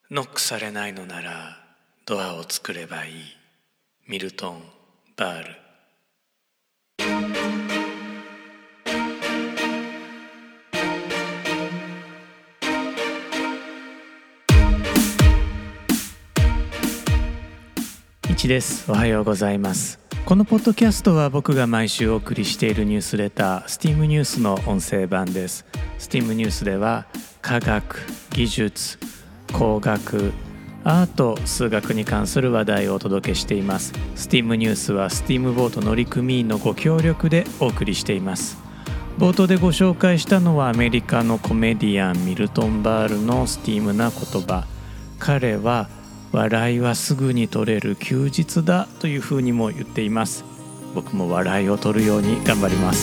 ノックされないのならドアを作ればいい。ミルトン・バール。1です。おはようございます。このポッドキャストは僕が毎週お送りしているニュースレター STEAM ニュースの音声版です。 STEAM ニュースでは科学、技術、工学、アート、数学に関する話題をお届けしています。 STEAM ニュースは STEAM ボート乗組員のご協力でお送りしています。冒頭でご紹介したのはアメリカのコメディアンミルトン・バールの STEAM な言葉。彼は笑いはすぐに取れる休日だというふうにも言っています。僕も笑いを取るように頑張ります。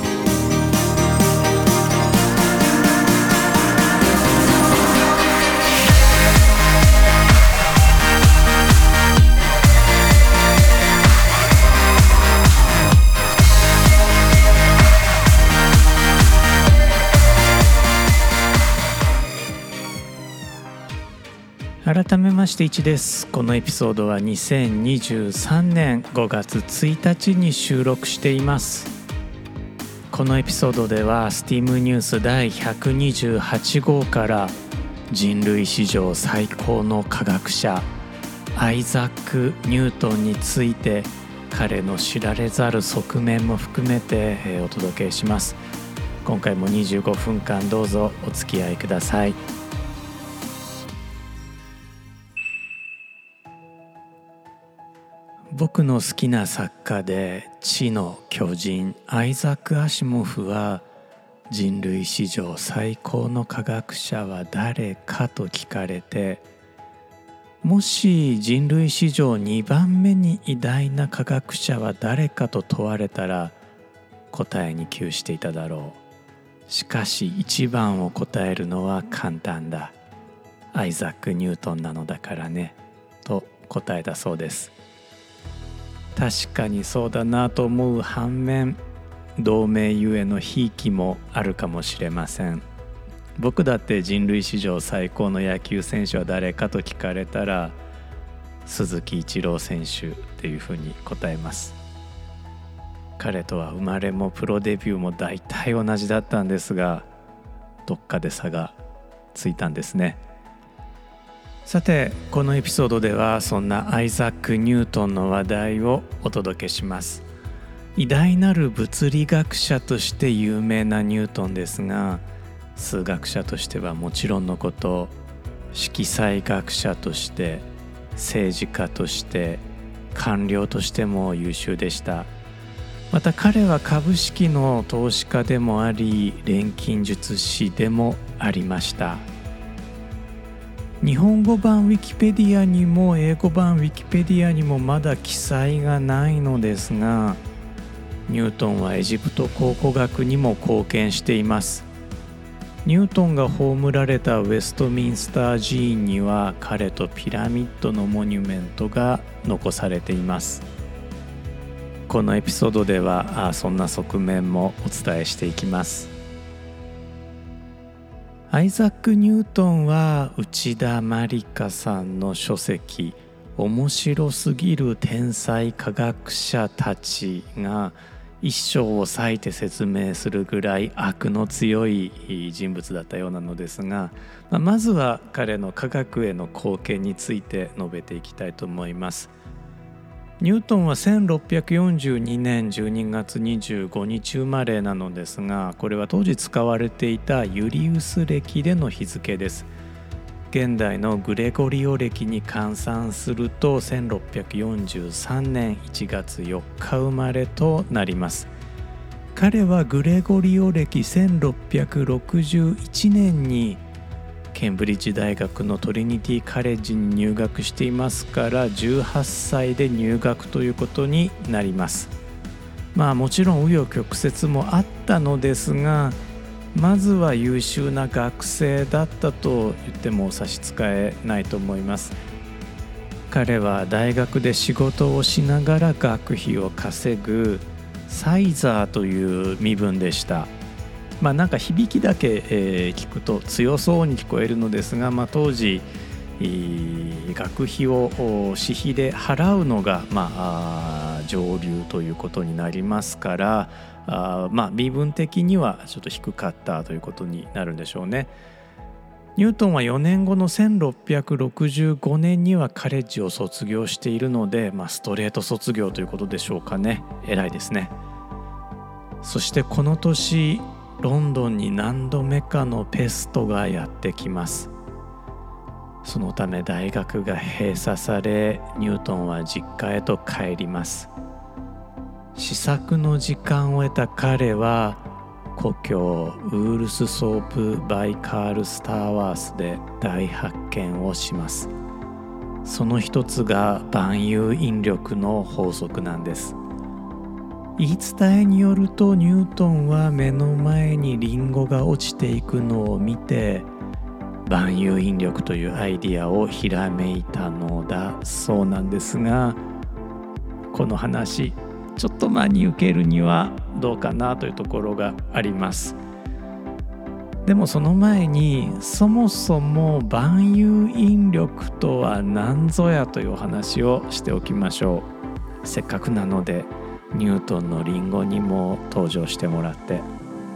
改めまして1です。このエピソードは2023年5月1日に収録しています。このエピソードでは STEAM ニュース第128号から人類史上最高の科学者アイザック・ニュートンについて、彼の知られざる側面も含めてお届けします。今回も25分間どうぞお付き合いください。僕の好きな作家で知の巨人アイザック・アシモフは、人類史上最高の科学者は誰かと聞かれて、もし人類史上2番目に偉大な科学者は誰かと問われたら答えに窮していただろう。しかし1番を答えるのは簡単だ。アイザック・ニュートンなのだからね、と答えたそうです。確かにそうだなと思う反面、同盟ゆえのひいきもあるかもしれません。僕だって人類史上最高の野球選手は誰かと聞かれたら鈴木一郎選手っていうふうに答えます。彼とは生まれもプロデビューも大体同じだったんですが、どっかで差がついたんですね。さて、このエピソードではそんなアイザック・ニュートンの話題をお届けします。偉大なる物理学者として有名なニュートンですが、数学者としてはもちろんのこと、色彩学者として、政治家として、官僚としても優秀でした。また彼は株式の投資家でもあり、錬金術師でもありました。日本語版ウィキペディアにも英語版ウィキペディアにもまだ記載がないのですが、ニュートンはエジプト考古学にも貢献しています。ニュートンが葬られたウェストミンスター寺院には彼とピラミッドのモニュメントが残されています。このエピソードではそんな側面もお伝えしていきます。アイザック・ニュートンは内田まりかさんの書籍面白すぎる天才科学者たちが一生を割いて説明するぐらい悪の強い人物だったようなのですが、まずは彼の科学への貢献について述べていきたいと思います。ニュートンは1642年12月25日生まれなのですが、これは当時使われていたユリウス暦での日付です。現代のグレゴリオ暦に換算すると1643年1月4日生まれとなります。彼はグレゴリオ暦1661年にケンブリッジ大学のトリニティカレッジに入学していますから、18歳で入学ということになります。もちろん紆余曲折もあったのですが、まずは優秀な学生だったと言っても差し支えないと思います。彼は大学で仕事をしながら学費を稼ぐサイザーという身分でした。なんか響きだけ聞くと強そうに聞こえるのですが、当時学費を私費で払うのが、上流ということになりますから、微分的にはちょっと低かったということになるんでしょうね。ニュートンは4年後の1665年にはカレッジを卒業しているので、ストレート卒業ということでしょうかね。偉いですね。そしてこの年、ロンドンに何度目かのペストがやってきます。そのため大学が閉鎖され、ニュートンは実家へと帰ります。試作の時間を得た彼は故郷ウールスソープ・バイカール・スターワースで大発見をします。その一つが万有引力の法則なんです。言い伝えによると、ニュートンは目の前にリンゴが落ちていくのを見て、万有引力というアイディアをひらめいたのだそうなんですが、この話ちょっと真に受けるにはどうかなというところがあります。でもその前に、そもそも万有引力とは何ぞやというお話をしておきましょう。せっかくなのでニュートンのリンゴにも登場してもらって。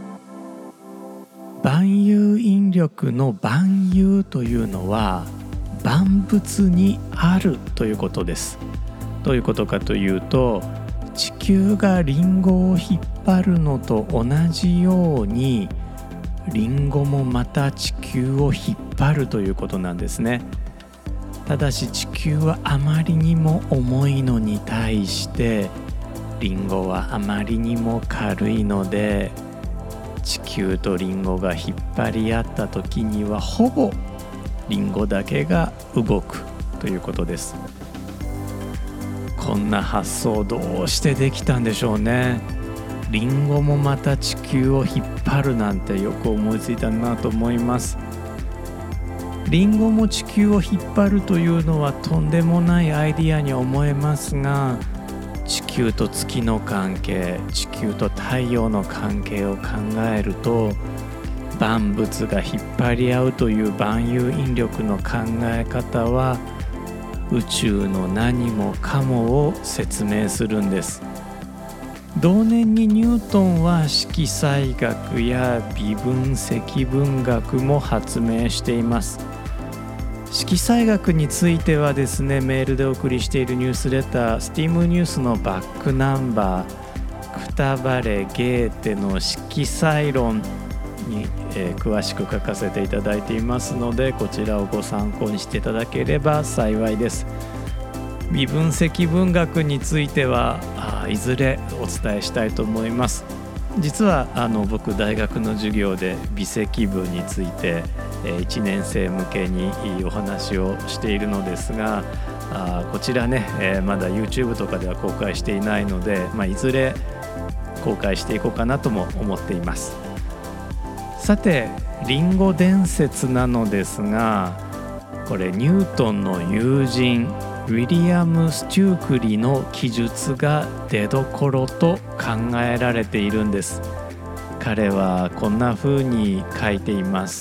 万有引力の万有というのは万物にあるということです。どういうことかというと、地球がリンゴを引っ張るのと同じように、リンゴもまた地球を引っ張るということなんですね。ただし地球はあまりにも重いのに対して、リンゴはあまりにも軽いので、地球とリンゴが引っ張り合った時にはほぼリンゴだけが動くということです。こんな発想どうしてできたんでしょうね。リンゴもまた地球を引っ張るなんてよく思いついたなと思います。リンゴも地球を引っ張るというのはとんでもないアイディアに思えますが、地球と月の関係、地球と太陽の関係を考えると、万物が引っ張り合うという万有引力の考え方は宇宙の何もかもを説明するんです。同年にニュートンは色彩学や微分積分学も発明しています。色彩学についてはですね、メールでお送りしているニュースレター、スティームニュースのバックナンバー、クタバレ・ゲーテの色彩論に、詳しく書かせていただいていますので、こちらをご参考にしていただければ幸いです。微分積分学についてはいずれお伝えしたいと思います。実は僕大学の授業で微積分について1年生向けにお話をしているのですが、こちらね、まだ YouTube とかでは公開していないので、いずれ公開していこうかなとも思っています。さて、リンゴ伝説なのですが、これニュートンの友人ウィリアム・スチュークリの記述が出どころと考えられているんです。彼はこんな風に書いています。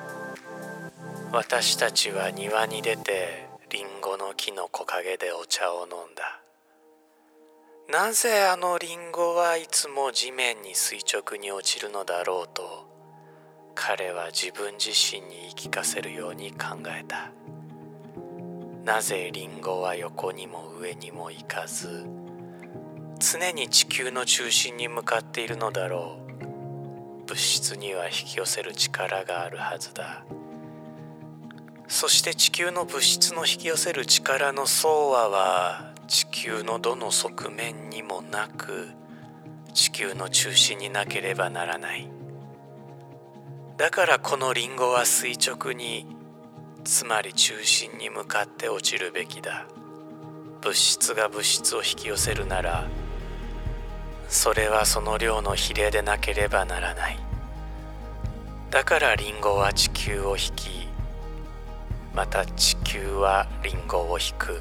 私たちは庭に出てリンゴの木の木陰でお茶を飲んだ。なぜあのリンゴはいつも地面に垂直に落ちるのだろうと、彼は自分自身に言い聞かせるように考えた。なぜリンゴは横にも上にも行かず、常に地球の中心に向かっているのだろう。物質には引き寄せる力があるはずだ。そして地球の物質の引き寄せる力の総和は地球のどの側面にもなく、地球の中心になければならない。だからこのリンゴは垂直に、つまり中心に向かって落ちるべきだ。物質が物質を引き寄せるなら、それはその量の比例でなければならない。だからリンゴは地球を引き、また地球はリンゴを引く。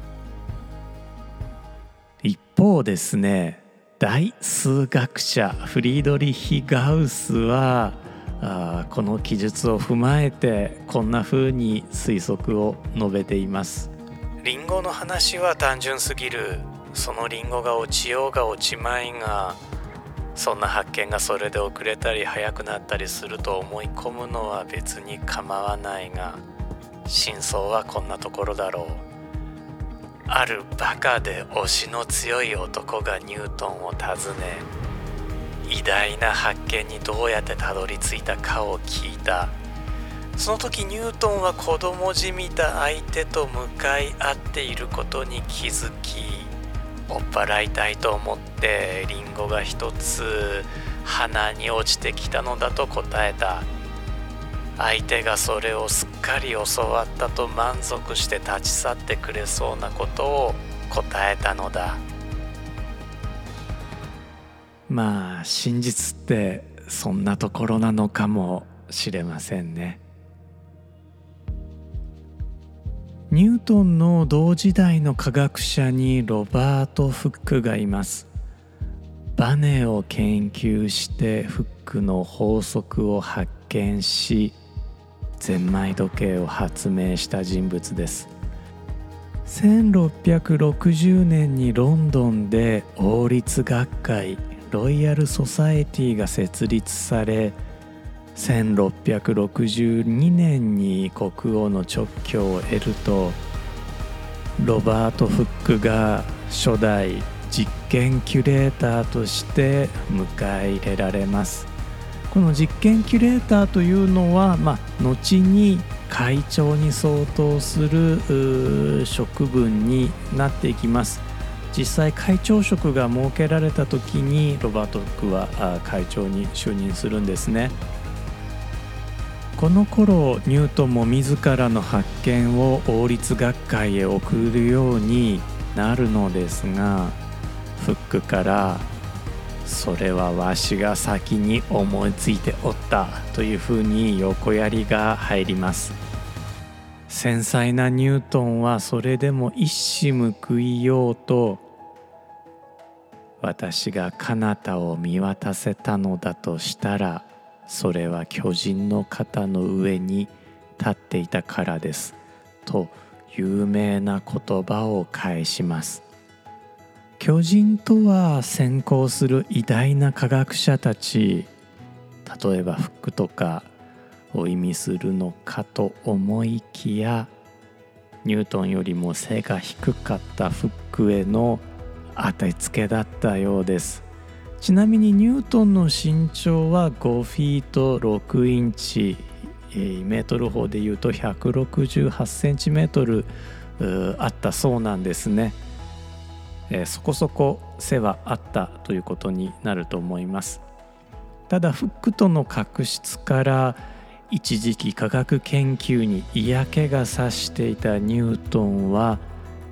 一方ですね、大数学者フリードリヒ・ガウスはこの記述を踏まえてこんな風に推測を述べています。リンゴの話は単純すぎる。そのリンゴが落ちようが落ちまいが、そんな発見がそれで遅れたり早くなったりすると思い込むのは別に構わないが、真相はこんなところだろう。あるバカで押しの強い男がニュートンを訪ね、偉大な発見にどうやってたどり着いたかを聞いた。その時ニュートンは子供じみた相手と向かい合っていることに気づき、追っ払いたいと思ってリンゴが一つ鼻に落ちてきたのだと答えた。相手がそれをすっかり教わったと満足して立ち去ってくれそうなことを答えたのだ。まあ真実ってそんなところなのかもしれませんね。ニュートンの同時代の科学者にロバート・フックがいます。バネを研究してフックの法則を発見し、ゼンマイ時計を発明した人物です。1660年にロンドンで王立学会ロイヤルソサエティが設立され、1662年に国王の勅許を得ると、ロバート・フックが初代実験キュレーターとして迎え入れられます。この実験キュレーターというのは、後に会長に相当する職分になっていきます。実際会長職が設けられた時にロバート・フックは会長に就任するんですね。この頃ニュートンも自らの発見を王立学会へ送るようになるのですが、フックからそれはわしが先に思いついておったというふうに横やりが入ります。繊細なニュートンはそれでも一矢報いようと、私が彼方を見渡せたのだとしたら、それは巨人の肩の上に立っていたからですと有名な言葉を返します。巨人とは先行する偉大な科学者たち、例えばフックとかを意味するのかと思いきや、ニュートンよりも背が低かったフックへの当てつけだったようです。ちなみにニュートンの身長は5フィート6インチ、メートル法でいうと168センチメートルあったそうなんですね。そこそこ背はあったということになると思います。ただフックとの確執から一時期科学研究に嫌気がさしていたニュートンは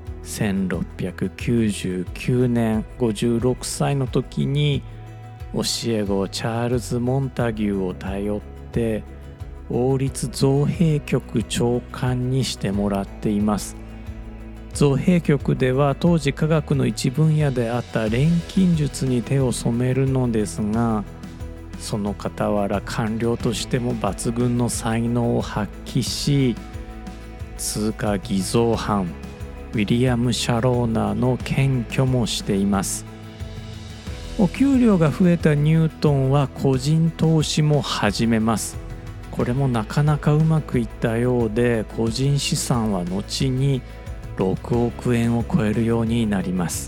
1699年56歳の時に教え子チャールズ・モンタギューを頼って王立造幣局長官にしてもらっています。造幣局では当時科学の一分野であった錬金術に手を染めるのですが、その傍ら官僚としても抜群の才能を発揮し、通貨偽造犯ウィリアム・シャローナーの検挙もしています。お給料が増えたニュートンは個人投資も始めます。これもなかなかうまくいったようで、個人資産は後に6億円を超えるようになります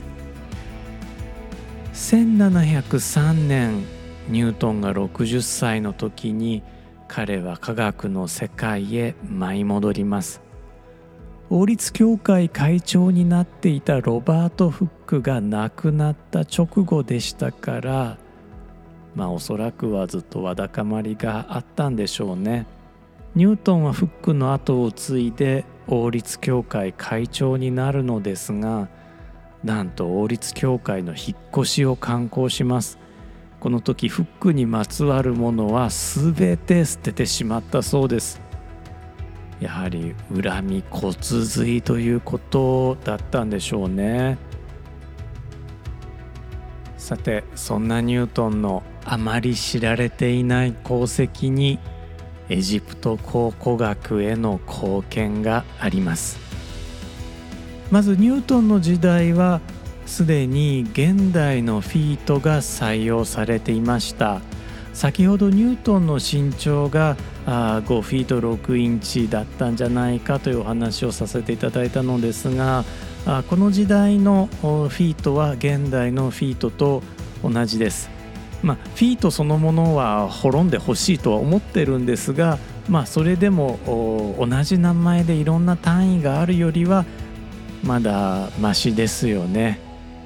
。1703年、ニュートンが60歳の時に彼は科学の世界へ舞い戻ります。王立協会会長になっていたロバート・フックが亡くなった直後でしたから、おそらくはずっとわだかまりがあったんでしょうね。ニュートンはフックの後を継いで王立協会会長になるのですが、なんと王立協会の引っ越しを敢行します。この時フックにまつわるものは全て捨ててしまったそうです。やはり恨み骨髄ということだったんでしょうね。さて、そんなニュートンのあまり知られていない功績にエジプト考古学への貢献があります。まずニュートンの時代はすでに現代のフィートが採用されていました。先ほどニュートンの身長が5フィート6インチだったんじゃないかというお話をさせていただいたのですが、この時代のフィートは現代のフィートと同じです。フィートそのものは滅んでほしいとは思ってるんですが、それでも同じ名前でいろんな単位があるよりはまだマシですよね。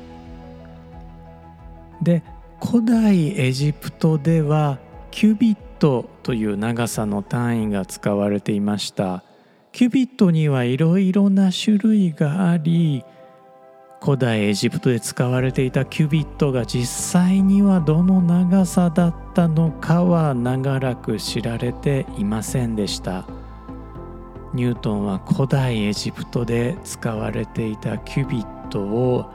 で、古代エジプトではキュビットという長さの単位が使われていました。キュビットにはいろいろな種類があり、古代エジプトで使われていたキュビットが実際にはどの長さだったのかは長らく知られていませんでした。ニュートンは古代エジプトで使われていたキュビットを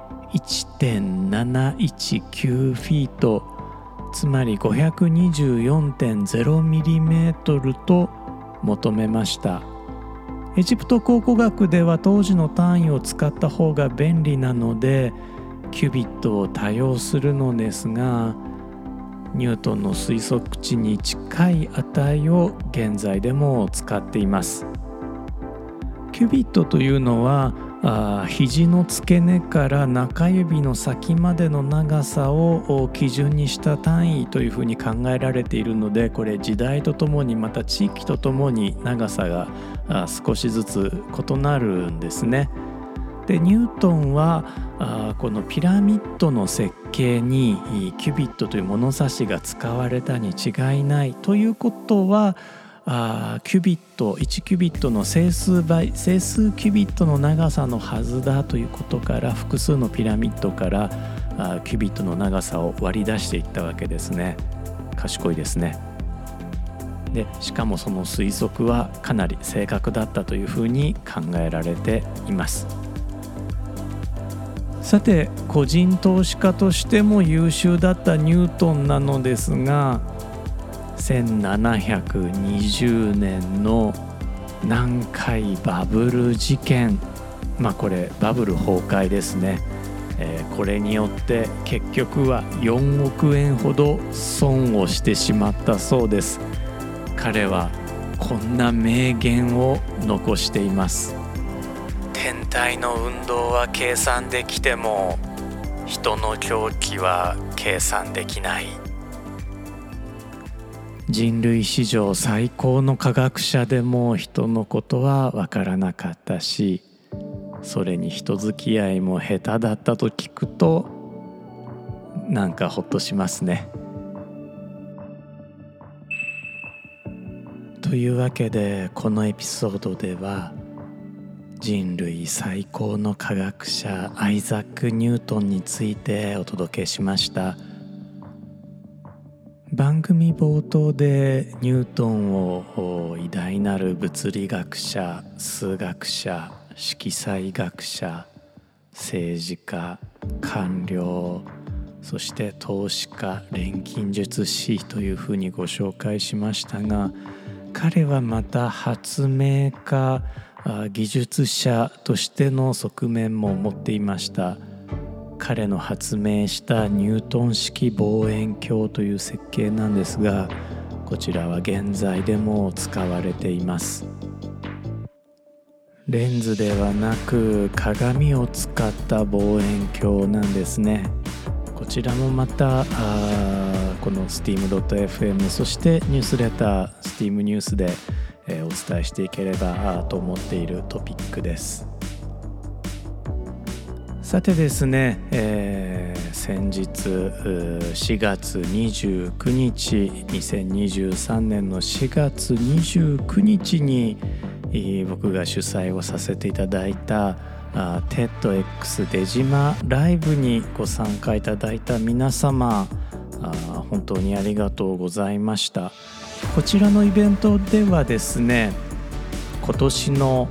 1.719 フィート、つまり 524.0 ミリメートルと求めました。エジプト考古学では当時の単位を使った方が便利なのでキュビットを多用するのですが、ニュートンの推測値に近い値を現在でも使っています。キュビットというのは肘の付け根から中指の先までの長さを基準にした単位というふうに考えられているので、これ時代とともにまた地域とともに長さが少しずつ異なるんですね。で、ニュートンはこのピラミッドの設計にキュビットという物差しが使われたに違いないということは、キュビット1キュビットの整数倍、整数キュビットの長さのはずだということから複数のピラミッドからキュビットの長さを割り出していったわけですね。賢いですね。で、しかもその推測はかなり正確だったというふうに考えられています。さて、個人投資家としても優秀だったニュートンなのですが、1720年の南海バブル事件、これバブル崩壊ですね。これによって結局は4億円ほど損をしてしまったそうです。彼はこんな名言を残しています。天体の運動は計算できても人の狂気は計算できない。人類史上最高の科学者でも人のことは分からなかったし、それに人付き合いも下手だったと聞くとなんかほっとしますね。というわけで、このエピソードでは人類最高の科学者アイザック・ニュートンについてお届けしました。番組冒頭でニュートンを偉大なる物理学者、数学者、色彩学者、政治家、官僚、そして投資家、錬金術師というふうにご紹介しましたが、彼はまた発明家、技術者としての側面も持っていました。彼の発明したニュートン式望遠鏡という設計なんですが、こちらは現在でも使われています。レンズではなく鏡を使った望遠鏡なんですね。こちらもまたこの steam.fm そしてニュースレター steam ニュースでお伝えしていければと思っているトピックです。さてですね、先日4月29日2023年の4月29日に僕が主催をさせていただいたTEDx 出島ライブにご参加いただいた皆様、本当にありがとうございました。こちらのイベントではですね、今年の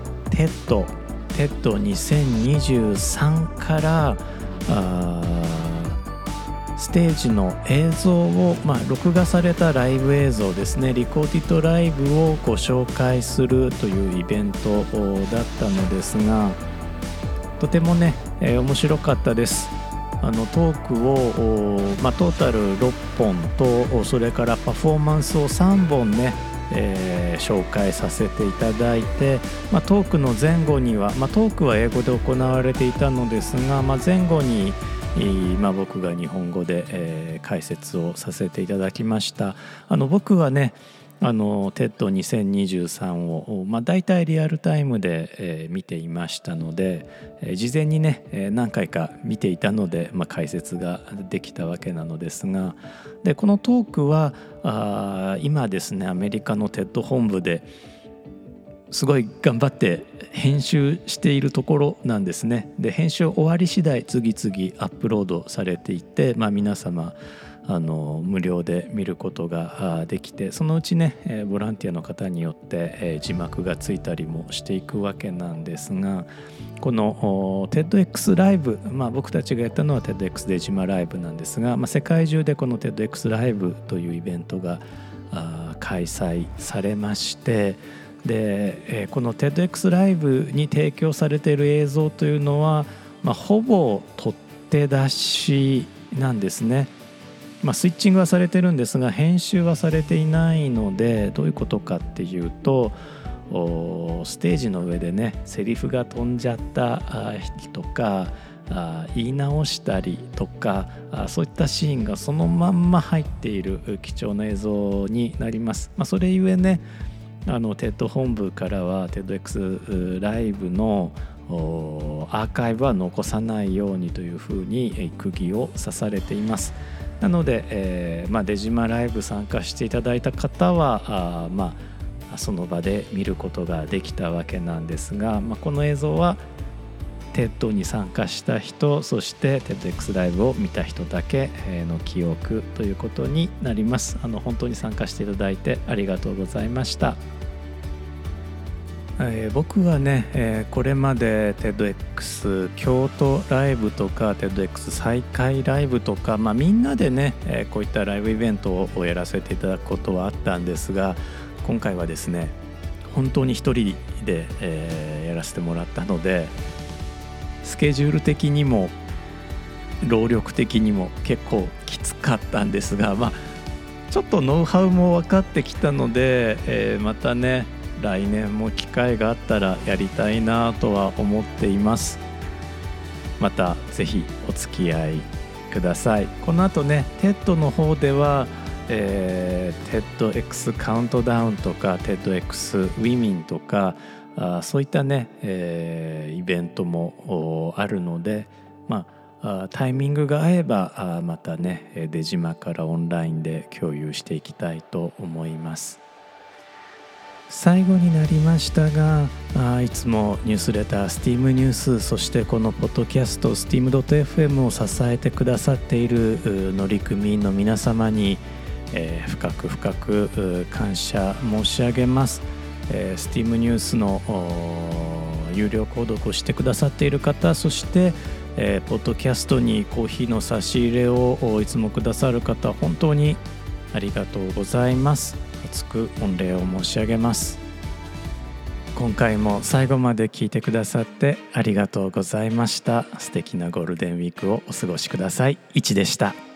TED2023 からステテージの映像を、録画されたライブ映像ですね、リコーディッドライブをご紹介するというイベントだったのですが、とてもね、面白かったです。トークを、トータル6本と、それからパフォーマンスを3本ね、紹介させていただいて、トークの前後には、トークは英語で行われていたのですが、前後に僕が日本語で、解説をさせていただきました。僕はねTED2023 を、大体リアルタイムで、見ていましたので、事前にね、何回か見ていたので、解説ができたわけなのですが、でこのトークは今ですね、アメリカの TED 本部ですごい頑張って編集しているところなんですね。で編集終わり次第次々アップロードされていて、皆様無料で見ることができて、そのうちねボランティアの方によって字幕がついたりもしていくわけなんですが、この TEDx ライブ、僕たちがやったのは TEDx 出島ライブなんですが、世界中でこの TEDx ライブというイベントが開催されまして、でこの TEDx ライブに提供されている映像というのは、ほぼ取って出しなんですね。スイッチングはされてるんですが編集はされていないので、どういうことかっていうと、ステージの上でねセリフが飛んじゃった人とか言い直したりとか、そういったシーンがそのまんま入っている貴重な映像になります。それゆえねTED 本部からは TEDx ライブのアーカイブは残さないようにというふうに釘を刺されています。なので、出島ライブ参加していただいた方はその場で見ることができたわけなんですが、この映像は TED に参加した人、そして TEDx ライブを見た人だけの記憶ということになります。本当に参加していただいてありがとうございました。僕はね、これまで TEDx 京都ライブとか TEDx 再開ライブとか、みんなでね、こういったライブイベントをやらせていただくことはあったんですが、今回はですね本当に一人で、やらせてもらったので、スケジュール的にも労力的にも結構きつかったんですが、ちょっとノウハウも分かってきたので、またね来年も機会があったらやりたいなとは思っています。またぜひお付き合いください。この後ね TED の方では、TEDx カウントダウンとか TEDx ウィミンとかそういったね、イベントもあるので、タイミングが合えばまたね出島からオンラインで共有していきたいと思います。最後になりましたが、いつもニュースレター STEAM ニュース、そしてこのポッドキャスト STEAM.fm を支えてくださっている乗組員の皆様に、深く感謝申し上げます。STEAM ニュースの有料購読をしてくださっている方、そしてポッドキャストにコーヒーの差し入れをいつもくださる方、本当にありがとうございます。厚く御礼を申し上げます。今回も最後まで聞いてくださってありがとうございました。素敵なゴールデンウィークをお過ごしください。いちでした。